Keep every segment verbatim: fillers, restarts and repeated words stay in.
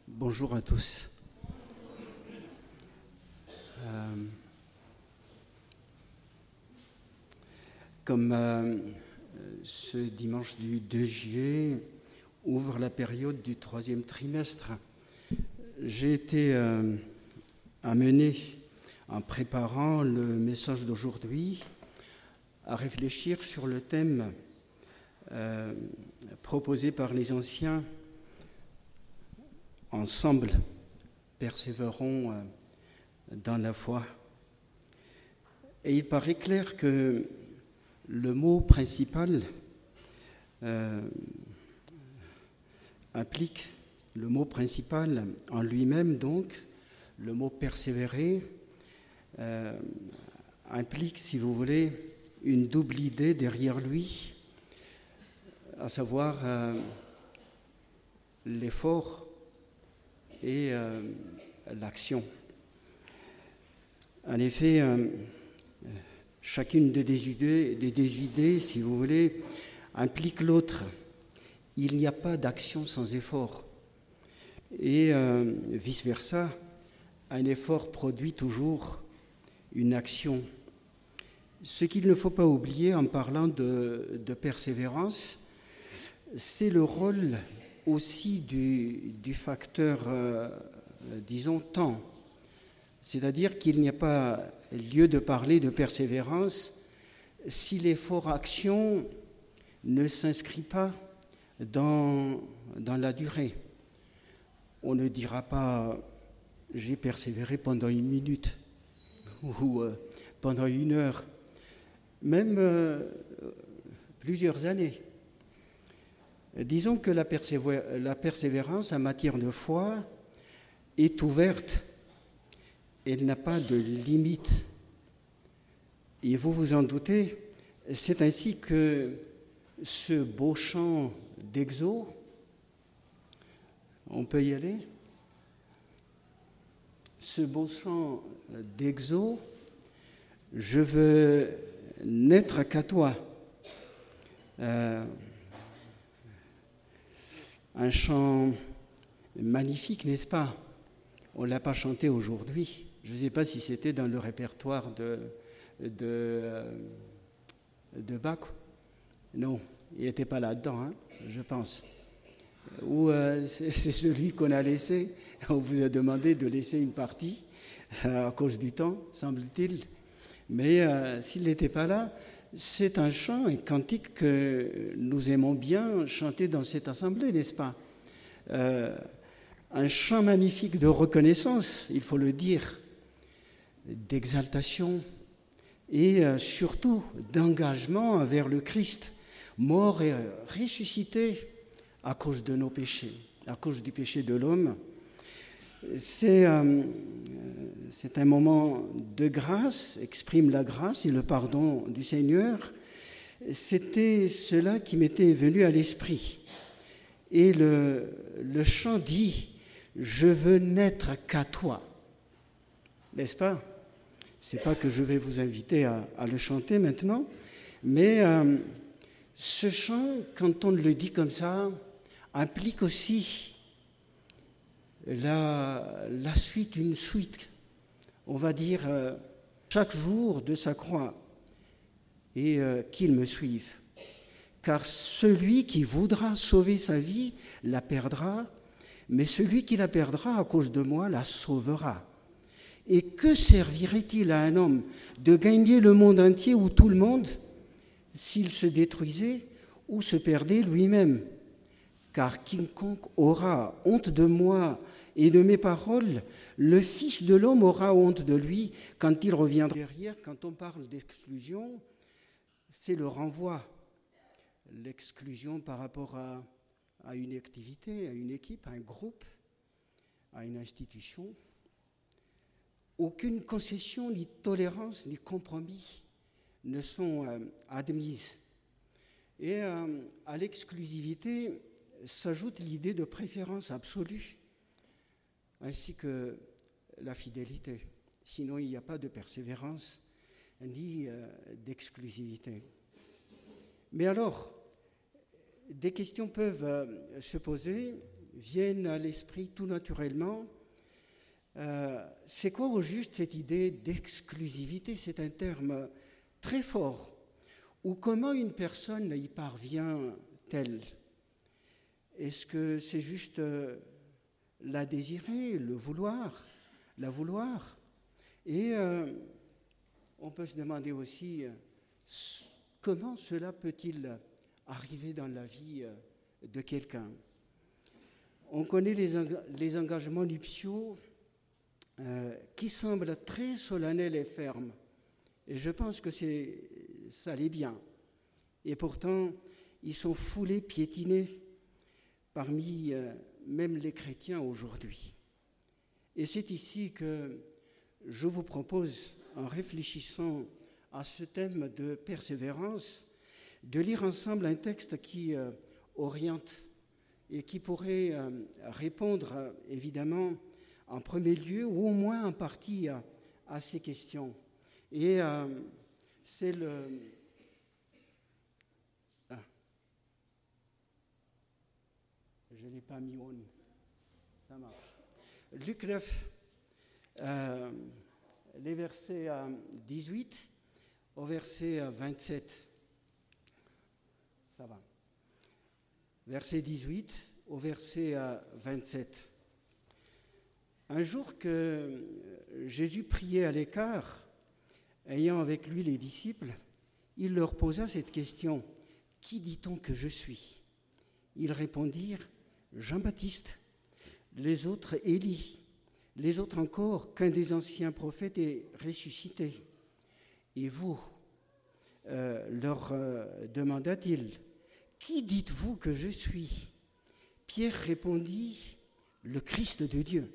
Bonjour à tous. Euh, comme euh, ce dimanche du deux juillet ouvre la période du troisième trimestre, j'ai été euh, amené, en préparant le message d'aujourd'hui, à réfléchir sur le thème euh, proposé par les anciens. Ensemble, persévérons dans la foi. Et il paraît clair que le mot principal euh, implique, le mot principal en lui-même, donc, le mot persévérer, euh, implique, si vous voulez, une double idée derrière lui, à savoir euh, l'effort et euh, l'action. En effet, euh, chacune des deux idées, des deux idées, si vous voulez, implique l'autre. Il n'y a pas d'action sans effort. Et euh, vice-versa, un effort produit toujours une action. Ce qu'il ne faut pas oublier en parlant de, de persévérance, c'est le rôle aussi du, du facteur, euh, disons, temps. C'est-à-dire qu'il n'y a pas lieu de parler de persévérance si l'effort action ne s'inscrit pas dans, dans la durée. On ne dira pas « j'ai persévéré pendant une minute » ou euh, « pendant une heure », même euh, plusieurs années. Disons que la, persévé- la persévérance en matière de foi est ouverte, elle n'a pas de limite. Et vous vous en doutez, c'est ainsi que ce beau chant d'Exode, on peut y aller, ce beau chant d'Exode, je veux n'être qu'à toi. Euh, Un chant magnifique, n'est-ce pas? On ne l'a pas chanté aujourd'hui. Je ne sais pas si c'était dans le répertoire de, de, de Bach. Non, il n'était pas là-dedans, hein, je pense. Ou euh, c'est, c'est celui qu'on a laissé. On vous a demandé de laisser une partie euh, à cause du temps, semble-t-il. Mais euh, s'il n'était pas là, c'est un chant, un cantique que nous aimons bien chanter dans cette assemblée, n'est-ce pas? euh, Un chant magnifique de reconnaissance, il faut le dire, d'exaltation et euh, surtout d'engagement envers le Christ, mort et ressuscité à cause de nos péchés, à cause du péché de l'homme. C'est, euh, c'est un moment de grâce, exprime la grâce et le pardon du Seigneur. C'était cela qui m'était venu à l'esprit. Et le, le chant dit « Je veux n'être qu'à toi ». N'est-ce pas? Ce n'est pas que je vais vous inviter à, à le chanter maintenant, mais euh, ce chant, quand on le dit comme ça, implique aussi La, la suite, une suite, on va dire, euh, chaque jour de sa croix, et euh, qu'il me suive. Car celui qui voudra sauver sa vie la perdra, mais celui qui la perdra à cause de moi la sauvera. Et que servirait-il à un homme de gagner le monde entier ou tout le monde s'il se détruisait ou se perdait lui-même? Car quiconque aura honte de moi et de mes paroles, le Fils de l'homme aura honte de lui quand il reviendra. Derrière, quand on parle d'exclusion, c'est le renvoi. L'exclusion par rapport à, à une activité, à une équipe, à un groupe, à une institution. Aucune concession, ni tolérance, ni compromis ne sont euh, admises. Et euh, à l'exclusivité s'ajoute l'idée de préférence absolue, ainsi que la fidélité. Sinon, il n'y a pas de persévérance ni euh, d'exclusivité. Mais alors, des questions peuvent euh, se poser viennent à l'esprit tout naturellement. Euh, c'est quoi au juste cette idée d'exclusivité? C'est un terme très fort. Ou comment une personne y parvient-elle? Est-ce que c'est juste euh, la désirer, le vouloir, la vouloir? Et euh, on peut se demander aussi euh, comment cela peut-il arriver dans la vie euh, de quelqu'un. On connaît les, en- les engagements nuptiaux euh, qui semblent très solennels et fermes. Et je pense que c'est, ça l'est bien. Et pourtant, ils sont foulés, piétinés parmi euh, même les chrétiens aujourd'hui. Et c'est ici que je vous propose, en réfléchissant à ce thème de persévérance, de lire ensemble un texte qui euh, oriente et qui pourrait euh, répondre, euh, évidemment, en premier lieu, ou au moins en partie, à, à ces questions. Et euh, c'est le... Ah. Je ne l'ai pas mis on. Ça marche. Luc neuf, euh, les versets euh, dix-huit au verset euh, vingt-sept. Ça va. Verset dix-huit au verset euh, vingt-sept. Un jour que Jésus priait à l'écart, ayant avec lui les disciples, il leur posa cette question: « Qui dit-on que je suis ?» Ils répondirent: « Jean-Baptiste, les autres Élie, les autres encore qu'un des anciens prophètes est ressuscité. Et vous, euh, leur euh, demanda-t-il, qui dites-vous que je suis ? Pierre répondit, le Christ de Dieu.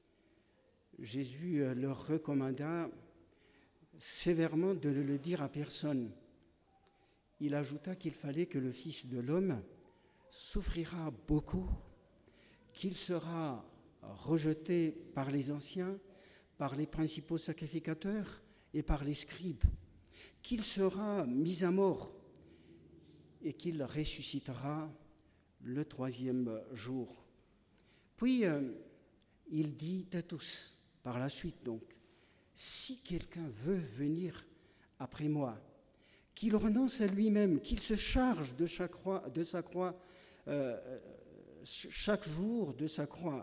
Jésus leur recommanda sévèrement de ne le dire à personne. Il ajouta qu'il fallait que le Fils de l'homme souffrira beaucoup, qu'il sera rejeté par les anciens, par les principaux sacrificateurs et par les scribes, qu'il sera mis à mort et qu'il ressuscitera le troisième jour. Puis euh, il dit à tous, par la suite donc, si quelqu'un veut venir après moi, qu'il renonce à lui-même, qu'il se charge de, chaque croix, de sa croix euh, chaque jour de sa croix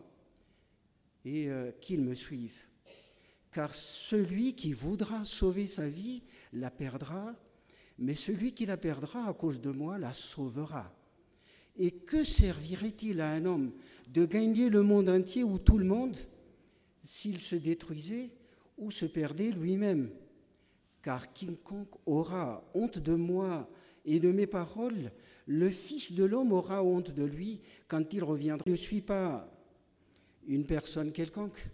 et euh, qu'il me suive. Car celui qui voudra sauver sa vie la perdra, mais celui qui la perdra à cause de moi la sauvera. Et que servirait-il à un homme de gagner le monde entier ou tout le monde s'il se détruisait ou se perdait lui-même ? Car quiconque aura honte de moi et de mes paroles, le Fils de l'homme aura honte de lui quand il reviendra. Je ne suis pas une personne quelconque.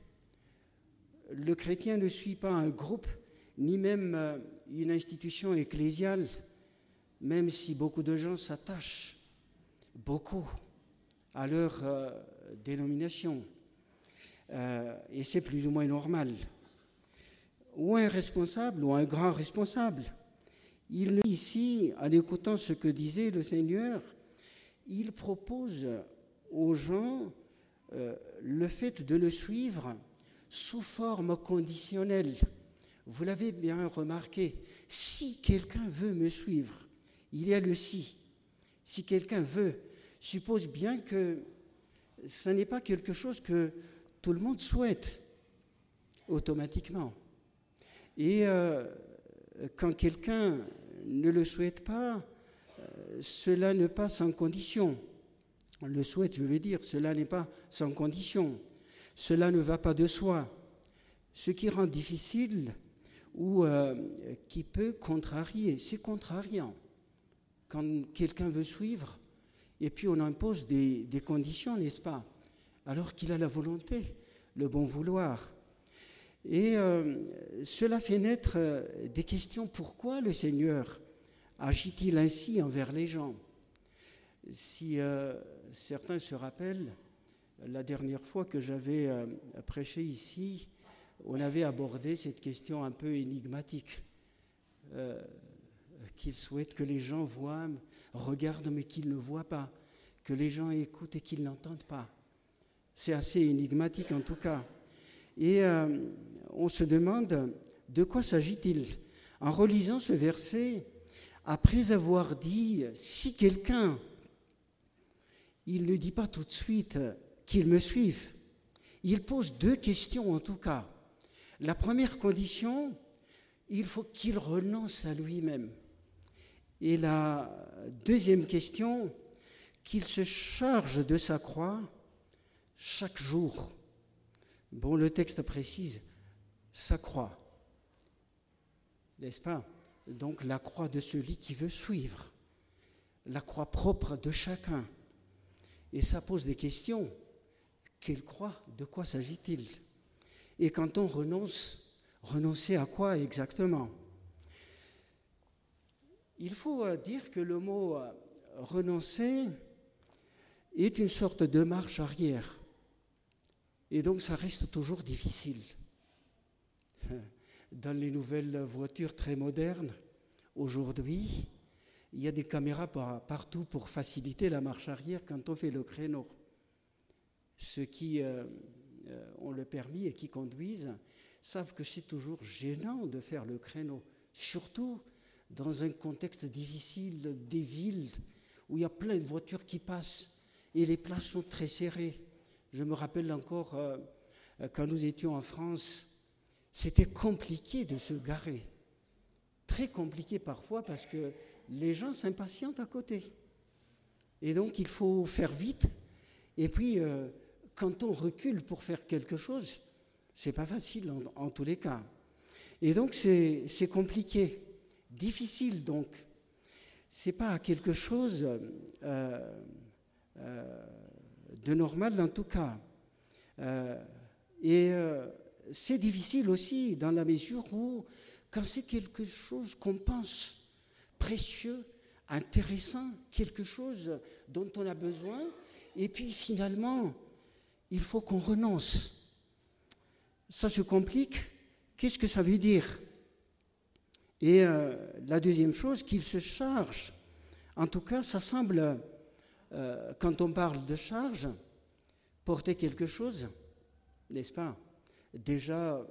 Le chrétien ne suit pas un groupe, ni même une institution ecclésiale, même si beaucoup de gens s'attachent, beaucoup, à leur euh, dénomination. Euh, et c'est plus ou moins normal. Ou un responsable, ou un grand responsable. Il ici, en écoutant ce que disait le Seigneur, il propose aux gens euh, le fait de le suivre sous forme conditionnelle. Vous l'avez bien remarqué, si quelqu'un veut me suivre, il y a le si. Si quelqu'un veut, suppose bien que ce n'est pas quelque chose que tout le monde souhaite automatiquement. Et euh, quand quelqu'un ne le souhaite pas, euh, cela n'est pas sans condition. On le souhaite, je veux dire, cela n'est pas sans condition. Cela ne va pas de soi. Ce qui rend difficile ou euh, qui peut contrarier, c'est contrariant. Quand quelqu'un veut suivre, et puis on impose des, des conditions, n'est-ce pas ? Alors qu'il a la volonté, le bon vouloir. Et euh, cela fait naître euh, des questions. Pourquoi le Seigneur agit-il ainsi envers les gens ? Si euh, certains se rappellent, la dernière fois que j'avais euh, prêché ici, on avait abordé cette question un peu énigmatique, euh, qu'il souhaite que les gens voient, regardent mais qu'ils ne voient pas, que les gens écoutent et qu'ils n'entendent pas. C'est assez énigmatique en tout cas. Et euh, on se demande de quoi s'agit-il. En relisant ce verset, après avoir dit « si quelqu'un », il ne dit pas tout de suite qu'il me suive. Il pose deux questions en tout cas. La première condition, il faut qu'il renonce à lui-même. Et la deuxième question, qu'il se charge de sa croix chaque jour. Bon, le texte précise sa croix, n'est-ce pas? Donc la croix de celui qui veut suivre, la croix propre de chacun. Et ça pose des questions. Quelle croix? De quoi s'agit-il? Et quand on renonce, renoncer à quoi exactement? Il faut dire que le mot « renoncer » est une sorte de marche arrière. Et donc ça reste toujours difficile. Dans les nouvelles voitures très modernes, aujourd'hui, il y a des caméras partout pour faciliter la marche arrière quand on fait le créneau. Ceux qui euh, ont le permis et qui conduisent savent que c'est toujours gênant de faire le créneau, surtout dans un contexte difficile des villes où il y a plein de voitures qui passent et les places sont très serrées. Je me rappelle encore, euh, quand nous étions en France, c'était compliqué de se garer. Très compliqué parfois parce que les gens s'impatientent à côté. Et donc il faut faire vite. Et puis, euh, quand on recule pour faire quelque chose, c'est pas facile en, en tous les cas. Et donc c'est, c'est compliqué, difficile donc. C'est pas quelque chose euh, euh, de normal en tout cas. Euh, et euh, c'est difficile aussi dans la mesure où, quand c'est quelque chose qu'on pense précieux, intéressant, quelque chose dont on a besoin, et puis finalement, il faut qu'on renonce. Ça se complique. Qu'est-ce que ça veut dire? Et euh, la deuxième chose, qu'il se charge. En tout cas, ça semble, euh, quand on parle de charge, porter quelque chose, n'est-ce pas? Déjà,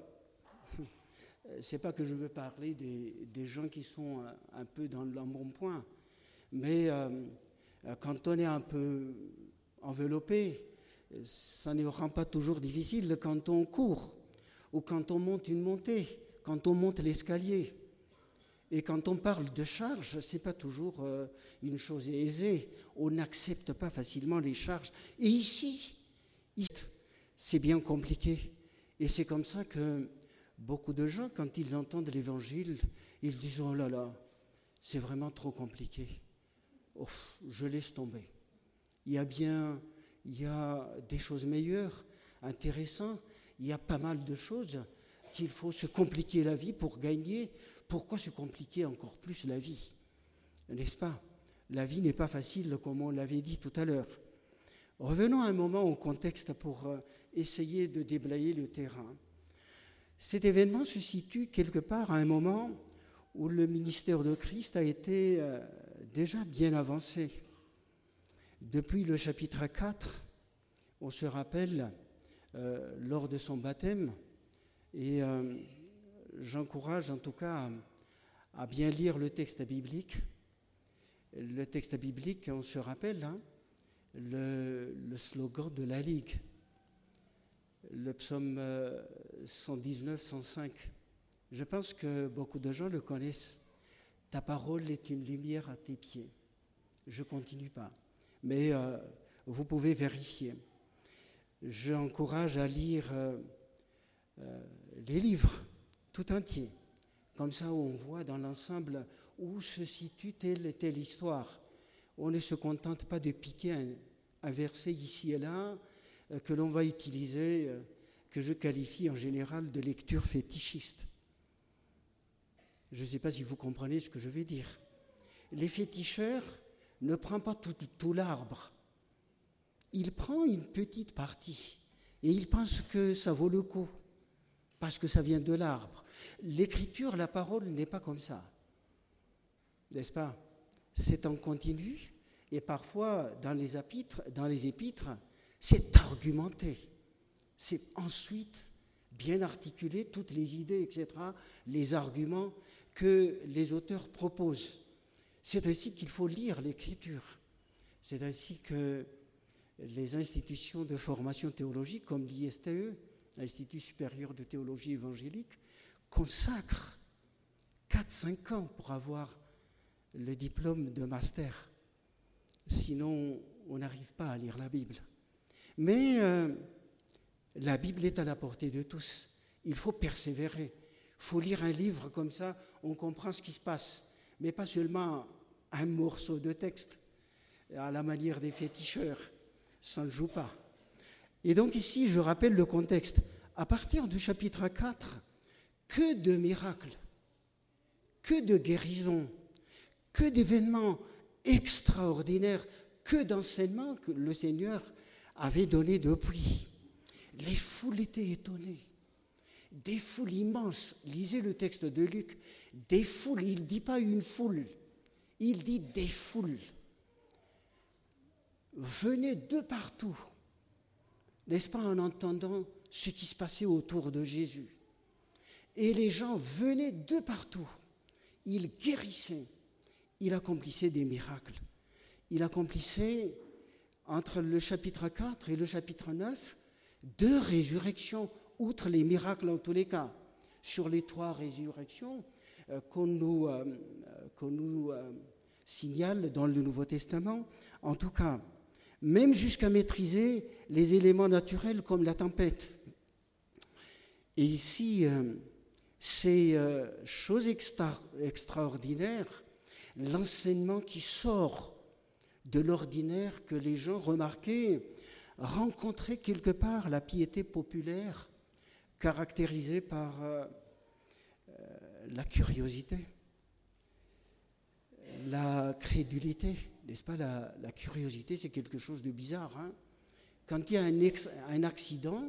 c'est pas que je veux parler des, des gens qui sont un peu dans l'embonpoint, mais euh, quand on est un peu enveloppé, ça ne rend pas toujours difficile quand on court, ou quand on monte une montée, quand on monte l'escalier. Et quand on parle de charge, ce n'est pas toujours euh, une chose aisée. On n'accepte pas facilement les charges. Et ici, c'est bien compliqué. Et c'est comme ça que beaucoup de gens, quand ils entendent l'Évangile, ils disent « Oh là là, c'est vraiment trop compliqué. Oh, je laisse tomber. » Il y a bien, il y a des choses meilleures, intéressantes. Il y a pas mal de choses qu'il faut se compliquer la vie pour gagner. Pourquoi se compliquer encore plus la vie? N'est-ce pas? La vie n'est pas facile, comme on l'avait dit tout à l'heure. Revenons un moment au contexte pour essayer de déblayer le terrain. Cet événement se situe quelque part à un moment où le ministère de Christ a été déjà bien avancé. Depuis le chapitre quatre, on se rappelle, euh, lors de son baptême, et euh, j'encourage en tout cas à, à bien lire le texte biblique. Le texte biblique, on se rappelle, hein, le, le slogan de la Ligue, le psaume cent dix-neuf cent cinq. Je pense que beaucoup de gens le connaissent. Ta parole est une lumière à tes pieds. Je ne continue pas, mais euh, vous pouvez vérifier. J'encourage à lire euh, euh, les livres tout entiers, comme ça on voit dans l'ensemble où se situe telle et telle histoire. On ne se contente pas de piquer un, un verset ici et là euh, que l'on va utiliser, euh, que je qualifie en général de lecture fétichiste. Je ne sais pas si vous comprenez ce que je veux dire. Les féticheurs ne prennent pas tout, tout l'arbre. Il prend une petite partie et il pense que ça vaut le coup parce que ça vient de l'arbre. L'écriture, la parole n'est pas comme ça, n'est-ce pas? C'est en continu et parfois dans les épîtres, dans les épîtres, c'est argumenter. C'est ensuite bien articuler toutes les idées, et cetera, les arguments que les auteurs proposent. C'est ainsi qu'il faut lire l'Écriture. C'est ainsi que les institutions de formation théologique, comme l'I S T E, l'Institut supérieur de théologie évangélique, consacrent quatre à cinq ans pour avoir le diplôme de master. Sinon, on n'arrive pas à lire la Bible. Mais euh, la Bible est à la portée de tous. Il faut persévérer. Il faut lire un livre comme ça, on comprend ce qui se passe. Mais pas seulement un morceau de texte, à la manière des féticheurs. Ça ne joue pas. Et donc ici, je rappelle le contexte. À partir du chapitre quatre, que de miracles, que de guérisons, que d'événements extraordinaires, que d'enseignements que le Seigneur avait donnés depuis. Les foules étaient étonnées. Des foules immenses. Lisez le texte de Luc. Des foules, il ne dit pas une foule, il dit des foules. Venaient de partout, n'est-ce pas, en entendant ce qui se passait autour de Jésus. Et les gens venaient de partout. Il guérissait, il accomplissait des miracles. Il accomplissait, entre le chapitre quatre et le chapitre neuf, deux résurrections, outre les miracles en tous les cas. Sur les trois résurrections euh, qu'on nous, euh, qu'on nous euh, signale dans le Nouveau Testament, en tout cas, même jusqu'à maîtriser les éléments naturels comme la tempête. Et ici, euh, c'est euh, chose extra- extraordinaire, l'enseignement qui sort de l'ordinaire que les gens remarquaient, rencontraient quelque part la piété populaire caractérisée par euh, euh, la curiosité, la crédulité, n'est-ce pas? La, la curiosité, c'est quelque chose de bizarre. Hein? Quand il y a un, ex, un accident,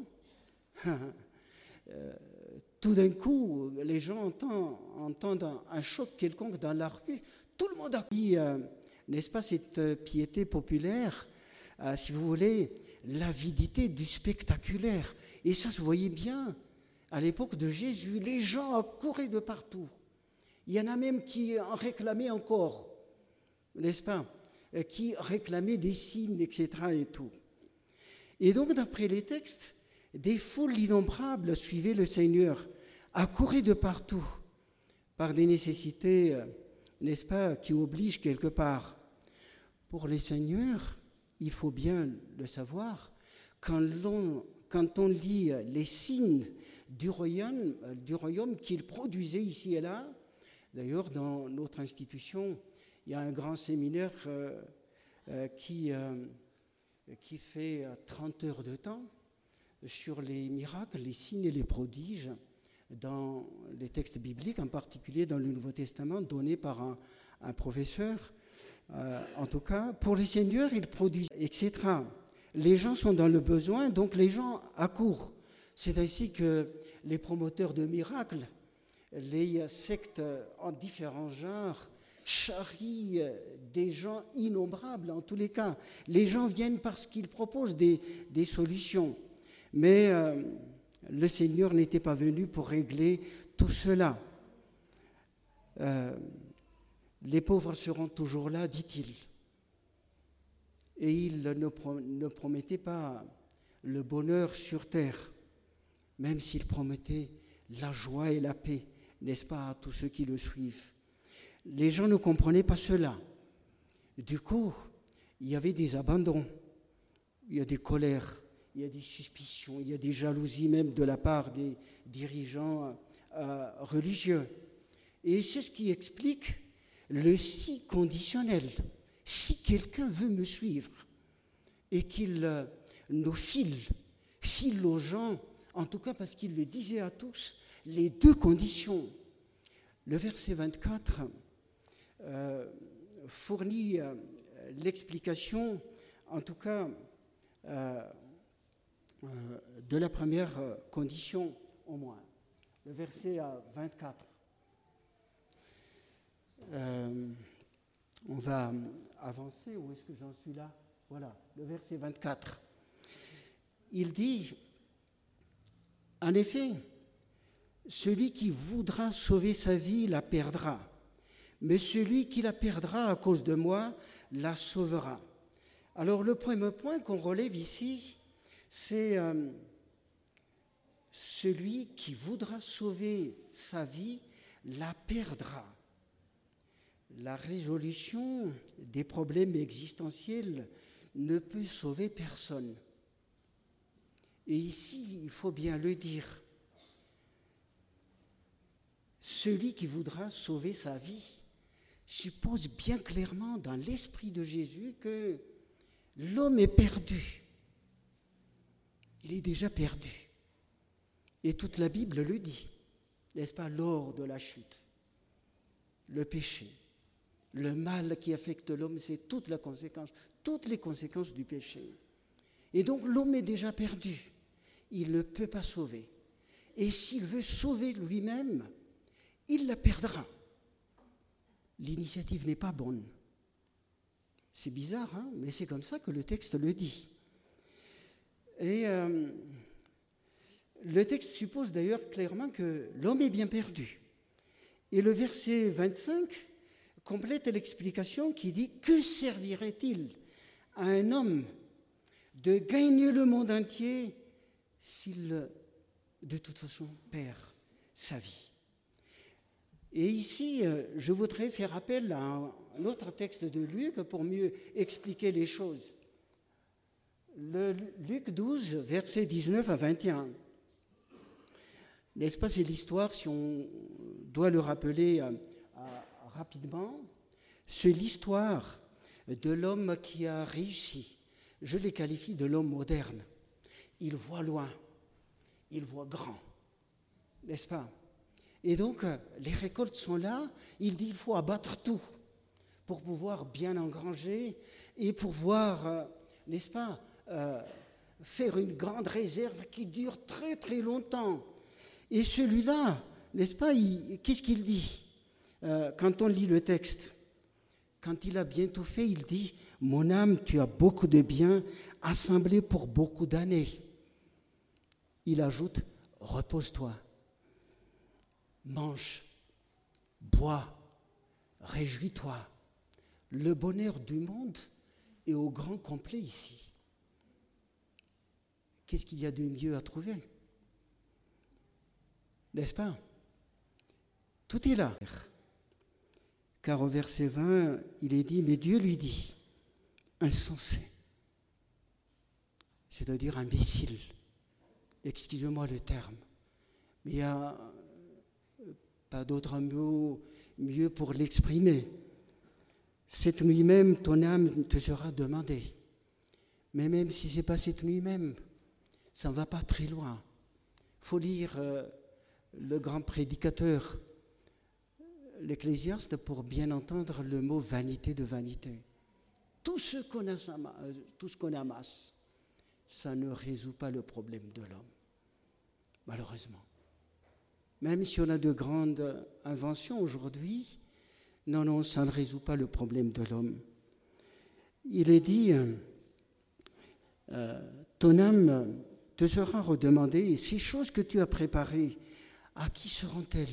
euh, tout d'un coup, les gens entendent, entendent un, un choc quelconque dans la rue. Tout le monde a dit, euh, n'est-ce pas, cette euh, piété populaire, euh, si vous voulez, l'avidité du spectaculaire. Et ça se voyait bien à l'époque de Jésus. Les gens accouraient de partout. Il y en a même qui en réclamaient encore, n'est-ce pas, qui réclamaient des signes, et cetera et tout. Et donc, d'après les textes, des foules innombrables suivaient le Seigneur, accouraient de partout, par des nécessités, n'est-ce pas, qui obligent quelque part. Pour les seigneurs, il faut bien le savoir, quand, l'on, quand on lit les signes du royaume, du royaume qu'il produisait ici et là, d'ailleurs, dans notre institution, il y a un grand séminaire euh, euh, qui, euh, qui fait trente heures de temps sur les miracles, les signes et les prodiges dans les textes bibliques, en particulier dans le Nouveau Testament, donné par un, un professeur. Euh, en tout cas, pour les seigneurs, ils produisent, et cetera. Les gens sont dans le besoin, donc les gens accourent. C'est ainsi que les promoteurs de miracles, les sectes en différents genres, charrient des gens innombrables en tous les cas. Les gens viennent parce qu'ils proposent des, des solutions. Mais euh, le Seigneur n'était pas venu pour régler tout cela. Euh, les pauvres seront toujours là, dit-il. Et il ne, pro- ne promettait pas le bonheur sur terre, même s'il promettait la joie et la paix, n'est-ce pas, à tous ceux qui le suivent. Les gens ne comprenaient pas cela. Du coup, il y avait des abandons, il y a des colères, il y a des suspicions, il y a des jalousies même de la part des dirigeants euh, religieux. Et c'est ce qui explique le si conditionnel. Si quelqu'un veut me suivre et qu'il euh, nous file, file aux gens, en tout cas parce qu'il le disait à tous, les deux conditions. Le verset vingt-quatre euh, fournit euh, l'explication, en tout cas, euh, euh, de la première euh, condition au moins. Le verset vingt-quatre. Euh, on va avancer, où est-ce que j'en suis là? Voilà, le verset vingt-quatre. il dit, en effet, celui qui voudra sauver sa vie la perdra, mais celui qui la perdra à cause de moi la sauvera. Alors le premier point qu'on relève ici, c'est euh, celui qui voudra sauver sa vie la perdra. La résolution des problèmes existentiels ne peut sauver personne. Et ici, il faut bien le dire, celui qui voudra sauver sa vie suppose bien clairement dans l'esprit de Jésus que l'homme est perdu. Il est déjà perdu. Et toute la Bible le dit, n'est-ce pas, lors de la chute. Le péché, le mal qui affecte l'homme, c'est toute la conséquence, toutes les conséquences du péché. Et donc l'homme est déjà perdu. Il ne peut pas sauver. Et s'il veut sauver lui-même, il la perdra. L'initiative n'est pas bonne. C'est bizarre, hein, mais c'est comme ça que le texte le dit. Et euh, le texte suppose d'ailleurs clairement que l'homme est bien perdu. Et le verset vingt-cinq complète l'explication qui dit « Que servirait-il à un homme de gagner le monde entier s'il, de toute façon, perd sa vie ?» Et ici, je voudrais faire appel à un autre texte de Luc pour mieux expliquer les choses. Le Luc douze, versets dix-neuf à vingt et un. N'est-ce pas, c'est l'histoire, si on doit le rappeler euh, euh, rapidement, c'est l'histoire de l'homme qui a réussi. Je les qualifie de l'homme moderne. Il voit loin, il voit grand, n'est-ce pas? Et donc, les récoltes sont là, il dit qu'il faut abattre tout pour pouvoir bien engranger et pouvoir, euh, n'est-ce pas, euh, faire une grande réserve qui dure très très longtemps. Et celui-là, n'est-ce pas, il, qu'est-ce qu'il dit euh, quand on lit le texte? Quand il a bientôt fait, il dit « Mon âme, tu as beaucoup de biens assemblés pour beaucoup d'années. » Il ajoute « Repose-toi. Mange, bois, réjouis-toi. Le bonheur du monde est au grand complet ici. » Qu'est-ce qu'il y a de mieux à trouver? N'est-ce pas? Tout est là. Car au verset vingt, il est dit, mais Dieu lui dit, insensé, c'est-à-dire imbécile, excusez-moi le terme, mais il n'y a pas d'autre mot mieux pour l'exprimer. Cette nuit même, ton âme te sera demandée. Mais même si ce n'est pas cette nuit même, ça ne va pas très loin. Il faut lire euh, le grand prédicateur, l'Ecclésiaste, pour bien entendre le mot vanité de vanité. Tout ce qu'on a, tout ce qu'on amasse, ça ne résout pas le problème de l'homme, malheureusement. Même si on a de grandes inventions aujourd'hui, non, non, ça ne résout pas le problème de l'homme. Il est dit, euh, ton âme te sera redemandée, et ces choses que tu as préparées, à qui seront-elles?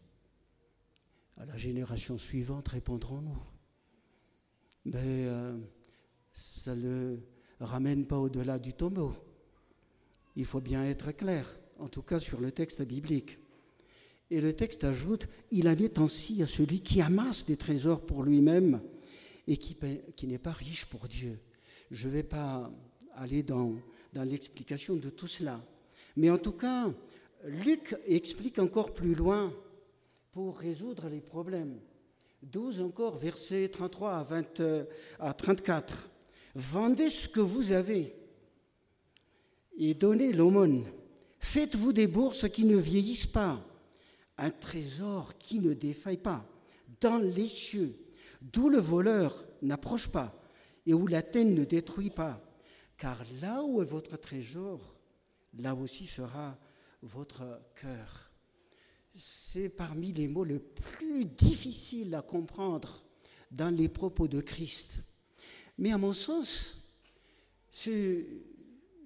À la génération suivante, répondrons-nous. Mais euh, ça ne ramène pas au-delà du tombeau. Il faut bien être clair, en tout cas sur le texte biblique. Et le texte ajoute, il en est ainsi à celui qui amasse des trésors pour lui-même et qui, qui n'est pas riche pour Dieu. Je ne vais pas aller dans, dans l'explication de tout cela. Mais en tout cas, Luc explique encore plus loin pour résoudre les problèmes. douze encore, versets trente-trois à, vingt, à trente-quatre. Vendez ce que vous avez et donnez l'aumône. Faites-vous des bourses qui ne vieillissent pas, un trésor qui ne défaille pas, dans les cieux, d'où le voleur n'approche pas et où la teigne ne détruit pas. Car là où est votre trésor, là aussi sera votre cœur. C'est parmi les mots les plus difficiles à comprendre dans les propos de Christ. Mais à mon sens, ce,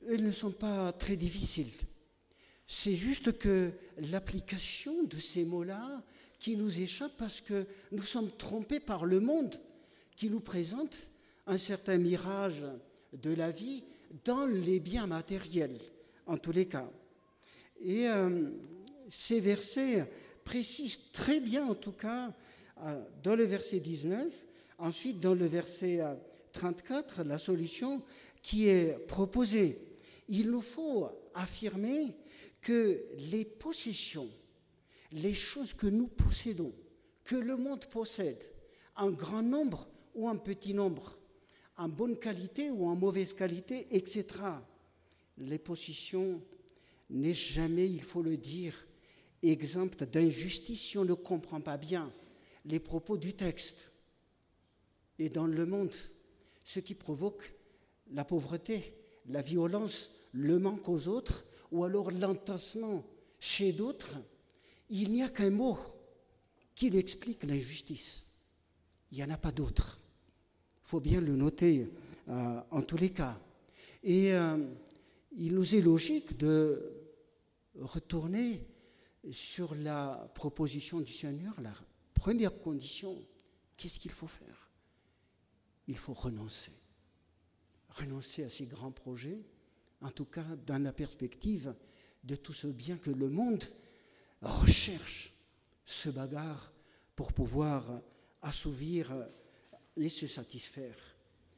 elles ne sont pas très difficiles. C'est juste que l'application de ces mots-là qui nous échappe parce que nous sommes trompés par le monde qui nous présente un certain mirage de la vie dans les biens matériels, en tous les cas. Et euh, ces versets précisent très bien, en tout cas, euh, dans le verset dix-neuf, ensuite dans le verset euh, trente-quatre, la solution qui est proposée. Il nous faut affirmer que les possessions, les choses que nous possédons, que le monde possède, en grand nombre ou en petit nombre, en bonne qualité ou en mauvaise qualité, et cetera. Les possessions n'est jamais, il faut le dire, exempte d'injustice si on ne comprend pas bien les propos du texte. Et dans le monde, ce qui provoque la pauvreté, la violence, le manque aux autres, ou alors l'entassement chez d'autres, il n'y a qu'un mot qui explique l'injustice. Il n'y en a pas d'autre. Il faut bien le noter euh, en tous les cas. Et euh, il nous est logique de retourner sur la proposition du Seigneur, la première condition. Qu'est-ce qu'il faut faire? Il faut renoncer. Renoncer à ces grands projets, en tout cas dans la perspective de tout ce bien que le monde recherche, se bagarre pour pouvoir assouvir et se satisfaire.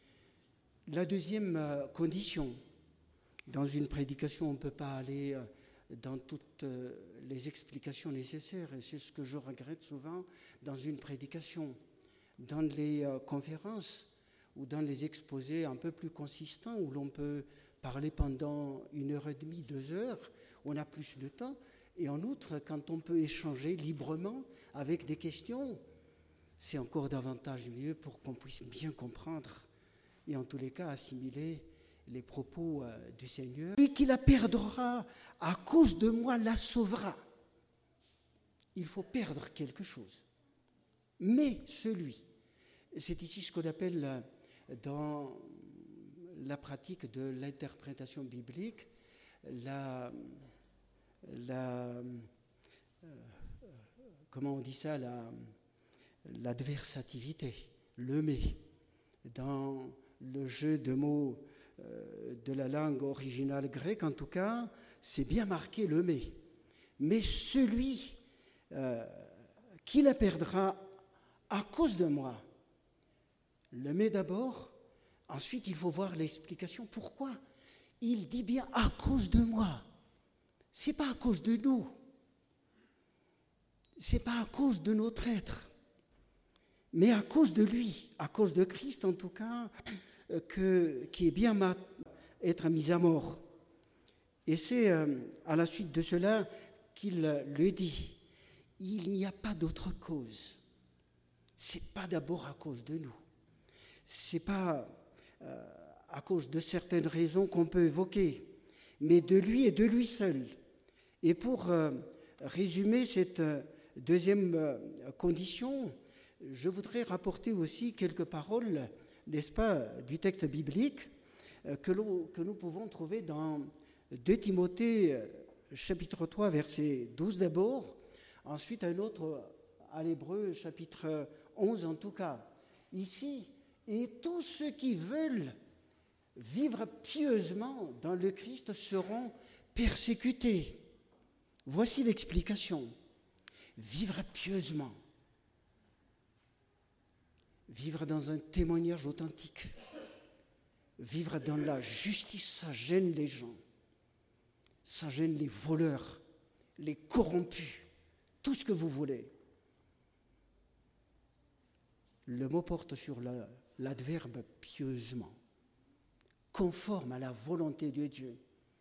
La deuxième condition, dans une prédication, on ne peut pas aller dans toutes les explications nécessaires, et c'est ce que je regrette souvent dans une prédication. Dans les conférences ou dans les exposés un peu plus consistants, où l'on peut parler pendant une heure et demie, deux heures, on a plus de temps, et en outre, quand on peut échanger librement avec des questions, c'est encore davantage mieux pour qu'on puisse bien comprendre et en tous les cas assimiler les propos euh, du Seigneur. Celui qui la perdra à cause de moi la sauvera. Il faut perdre quelque chose. Mais celui, c'est ici ce qu'on appelle euh, dans la pratique de l'interprétation biblique, la, la euh, comment on dit ça, la l'adversativité, le mais. Dans le jeu de mots euh, de la langue originale grecque, en tout cas, c'est bien marqué le mais. Mais celui euh, qui la perdra à cause de moi, le mais d'abord, ensuite il faut voir l'explication. Pourquoi? Il dit bien à cause de moi. C'est pas à cause de nous. C'est pas à cause de notre être. Mais à cause de lui, à cause de Christ en tout cas, que, qui est bien ma, être mis à mort. Et c'est euh, à la suite de cela qu'il le dit. Il n'y a pas d'autre cause. C'est pas d'abord à cause de nous. C'est pas euh, à cause de certaines raisons qu'on peut évoquer, mais de lui et de lui seul. Et pour euh, résumer cette euh, deuxième euh, condition, je voudrais rapporter aussi quelques paroles, n'est-ce pas, du texte biblique que, que nous pouvons trouver dans deux Timothée, chapitre trois, verset douze d'abord, ensuite un autre à l'Hébreu, chapitre onze en tout cas. Ici, et tous ceux qui veulent vivre pieusement dans le Christ seront persécutés. Voici l'explication. Vivre pieusement. Vivre dans un témoignage authentique, vivre dans la justice, ça gêne les gens, ça gêne les voleurs, les corrompus, tout ce que vous voulez. Le mot porte sur la, l'adverbe pieusement, conforme à la volonté de Dieu,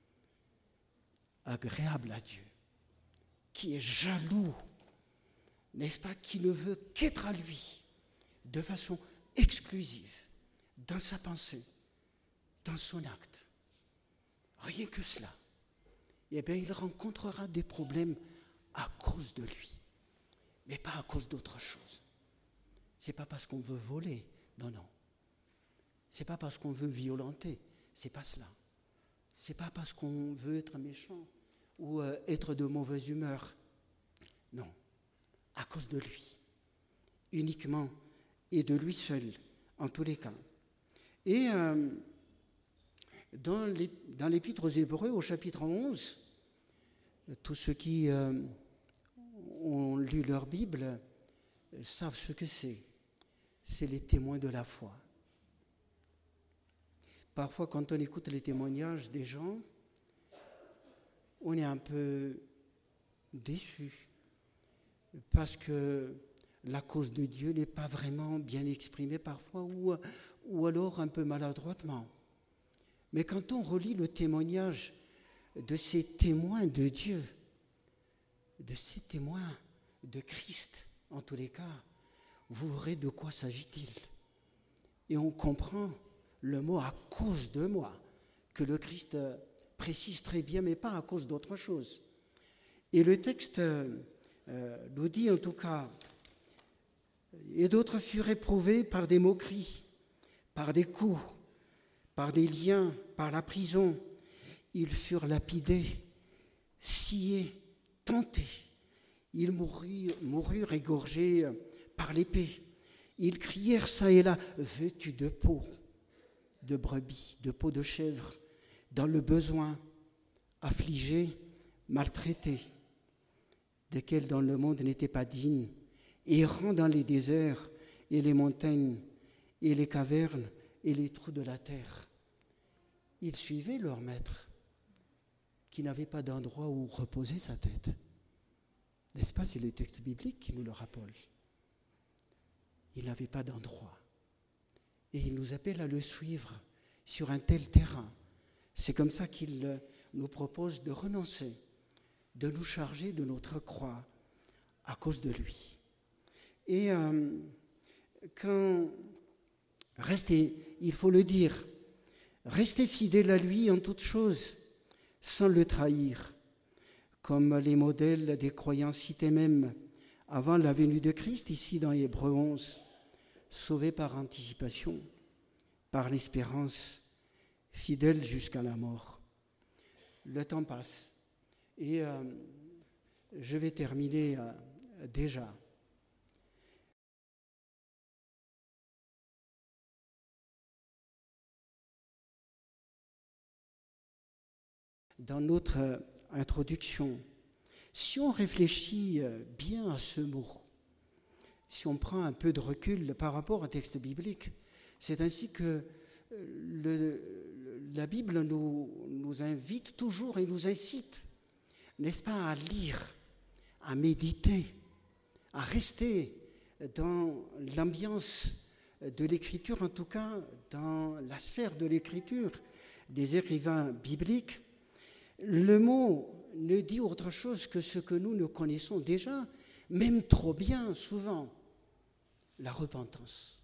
agréable à Dieu, qui est jaloux, n'est-ce pas, qui ne veut qu'être à lui, de façon exclusive, dans sa pensée, dans son acte. Rien que cela. Eh bien, il rencontrera des problèmes à cause de lui, mais pas à cause d'autre chose. C'est pas parce qu'on veut voler, non, non. C'est pas parce qu'on veut violenter, c'est pas cela. c'est pas parce qu'on veut être méchant ou euh, être de mauvaise humeur. Non, à cause de lui, uniquement, et de lui seul, en tous les cas. Et euh, dans, les, dans l'Épître aux Hébreux, au chapitre onze, tous ceux qui euh, ont lu leur Bible savent ce que c'est. C'est les témoins de la foi. Parfois, quand on écoute les témoignages des gens, on est un peu déçu parce que la cause de Dieu n'est pas vraiment bien exprimée parfois ou, ou alors un peu maladroitement. Mais quand on relit le témoignage de ces témoins de Dieu, de ces témoins de Christ, en tous les cas, vous verrez de quoi s'agit-il. Et on comprend le mot « à cause de moi », que le Christ précise très bien, mais pas à cause d'autre chose. Et le texte euh, nous dit en tout cas « Et d'autres furent éprouvés par des moqueries, par des coups, par des liens, par la prison. Ils furent lapidés, sciés, tentés. Ils moururent, moururent égorgés par l'épée. Ils crièrent çà et là, vêtus de peau, de brebis, de peau de chèvre, dans le besoin, affligés, maltraités, desquels dans le monde n'étaient pas dignes, errant dans les déserts et les montagnes et les cavernes et les trous de la terre. Ils suivaient leur maître, qui n'avait pas d'endroit où reposer sa tête. N'est-ce pas, c'est les textes bibliques qui nous le rappellent. Il n'avait pas d'endroit. Et il nous appelle à le suivre sur un tel terrain. C'est comme ça qu'il nous propose de renoncer, de nous charger de notre croix à cause de lui. Et euh, quand, restez, il faut le dire, restez fidèles à lui en toutes choses, sans le trahir, comme les modèles des croyants cités même avant la venue de Christ, ici dans Hébreux onze, sauvés par anticipation, par l'espérance, fidèles jusqu'à la mort. Le temps passe et euh, je vais terminer euh, déjà. Dans notre introduction, si on réfléchit bien à ce mot, si on prend un peu de recul par rapport au texte biblique, c'est ainsi que le, la Bible nous, nous invite toujours et nous incite, n'est-ce pas, à lire, à méditer, à rester dans l'ambiance de l'écriture, en tout cas dans la sphère de l'écriture des écrivains bibliques. Le mot ne dit autre chose que ce que nous nous connaissons déjà, même trop bien souvent, la repentance.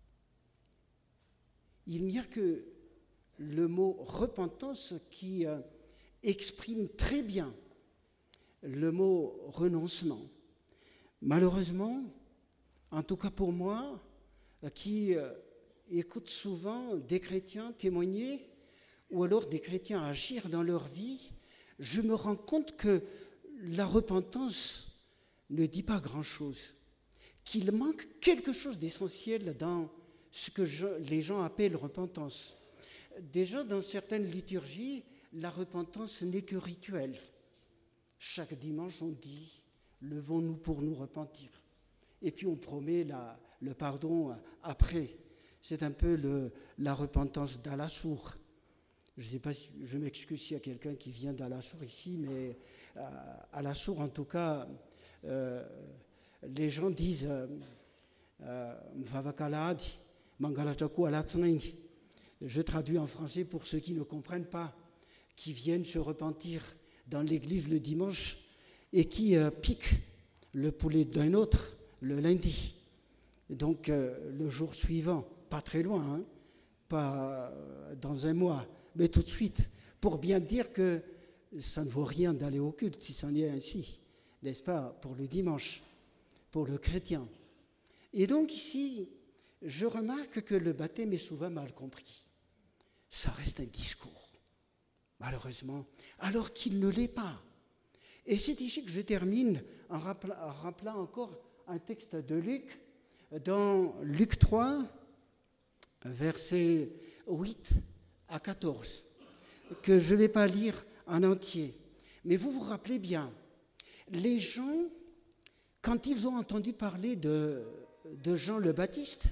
Il n'y a que le mot repentance qui euh, exprime très bien le mot renoncement. Malheureusement, en tout cas pour moi, qui euh, écoute souvent des chrétiens témoigner ou alors des chrétiens agir dans leur vie, je me rends compte que la repentance ne dit pas grand-chose, qu'il manque quelque chose d'essentiel dans ce que je, les gens appellent repentance. Déjà, dans certaines liturgies, la repentance n'est que rituelle. Chaque dimanche, on dit « levons-nous pour nous repentir ». Et puis on promet la, le pardon après. C'est un peu le, la repentance d'Alassour. Je ne sais pas si je m'excuse s'il y a quelqu'un qui vient d'Alassour ici, mais euh, Alassour, en tout cas, euh, les gens disent Mvavakaladi, Mangalachaku Alatsnaini. Je traduis en français pour ceux qui ne comprennent pas, qui viennent se repentir dans l'église le dimanche et qui euh, piquent le poulet d'un autre le lundi. Donc euh, le jour suivant, pas très loin, hein, pas euh, dans un mois, mais tout de suite, pour bien dire que ça ne vaut rien d'aller au culte si c'en est ainsi, n'est-ce pas, pour le dimanche, pour le chrétien. Et donc ici, je remarque que le baptême est souvent mal compris. Ça reste un discours. malheureusement, alors qu'il ne l'est pas. Et c'est ici que je termine en rappelant, en rappelant encore un texte de Luc, dans Luc trois, versets huit à quatorze, que je ne vais pas lire en entier. Mais vous vous rappelez bien, les gens, quand ils ont entendu parler de, de Jean le Baptiste,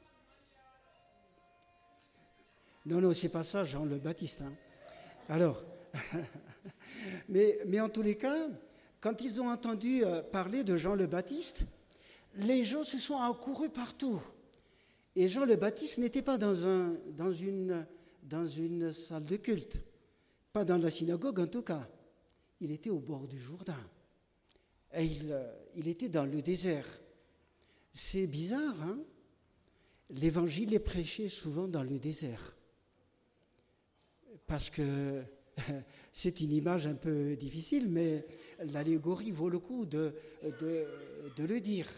non, non, c'est pas ça, Jean le Baptiste. Hein. Alors, mais, mais en tous les cas, quand ils ont entendu parler de Jean le Baptiste, les gens se sont accourus partout. Et Jean le Baptiste n'était pas dans, un, dans, une, dans une salle de culte, pas dans la synagogue en tout cas. Il était au bord du Jourdain. Et il, il était dans le désert. C'est bizarre, hein? L'évangile est prêché souvent dans le désert. Parce que c'est une image un peu difficile, mais l'allégorie vaut le coup de, de, de le dire.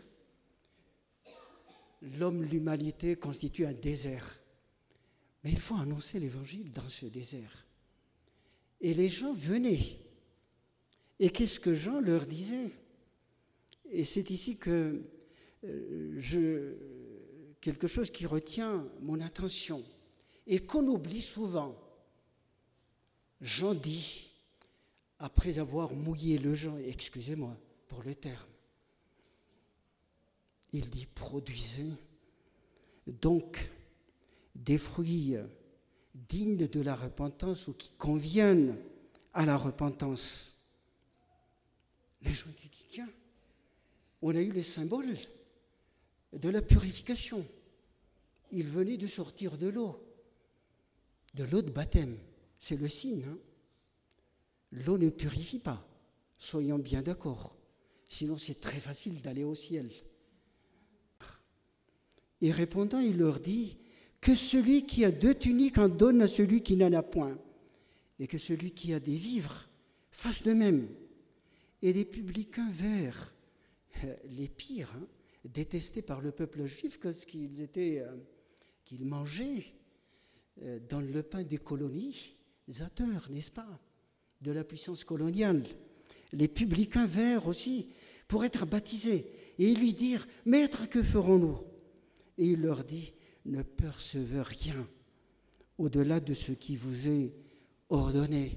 L'homme, l'humanité constitue un désert. Mais il faut annoncer l'évangile dans ce désert. Et les gens venaient. Et qu'est-ce que Jean leur disait? Et c'est ici que euh, je, quelque chose qui retient mon attention et qu'on oublie souvent. Jean dit, après avoir mouillé le Jean, excusez-moi pour le terme, il dit, produisez donc des fruits dignes de la repentance ou qui conviennent à la repentance. Les gens disent, tiens, on a eu les symboles de la purification. Il venait de sortir de l'eau, de l'eau de baptême. C'est le signe. Hein? L'eau ne purifie pas, soyons bien d'accord. Sinon, c'est très facile d'aller au ciel. Et répondant, il leur dit que celui qui a deux tuniques en donne à celui qui n'en a point, et que celui qui a des vivres fasse de même. Et les publicains vinrent, les pires, hein, détestés par le peuple juif, parce qu'ils étaient, euh, qu'ils mangeaient euh, dans le pain des colonisateurs, n'est-ce pas, de la puissance coloniale. Les publicains vinrent aussi pour être baptisés, et ils lui dirent, « Maître, que ferons-nous » Et il leur dit, « Ne percevez rien au-delà de ce qui vous est ordonné. »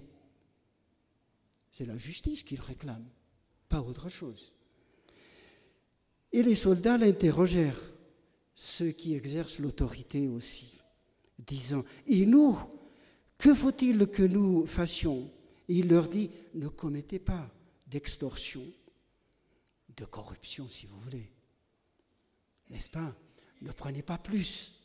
C'est la justice qu'ils réclament, pas autre chose. Et les soldats l'interrogèrent, ceux qui exercent l'autorité aussi, disant, « Et nous, que faut-il que nous fassions ?» Et il leur dit, « Ne commettez pas d'extorsion, de corruption, si vous voulez. N'est-ce pas? Ne prenez pas plus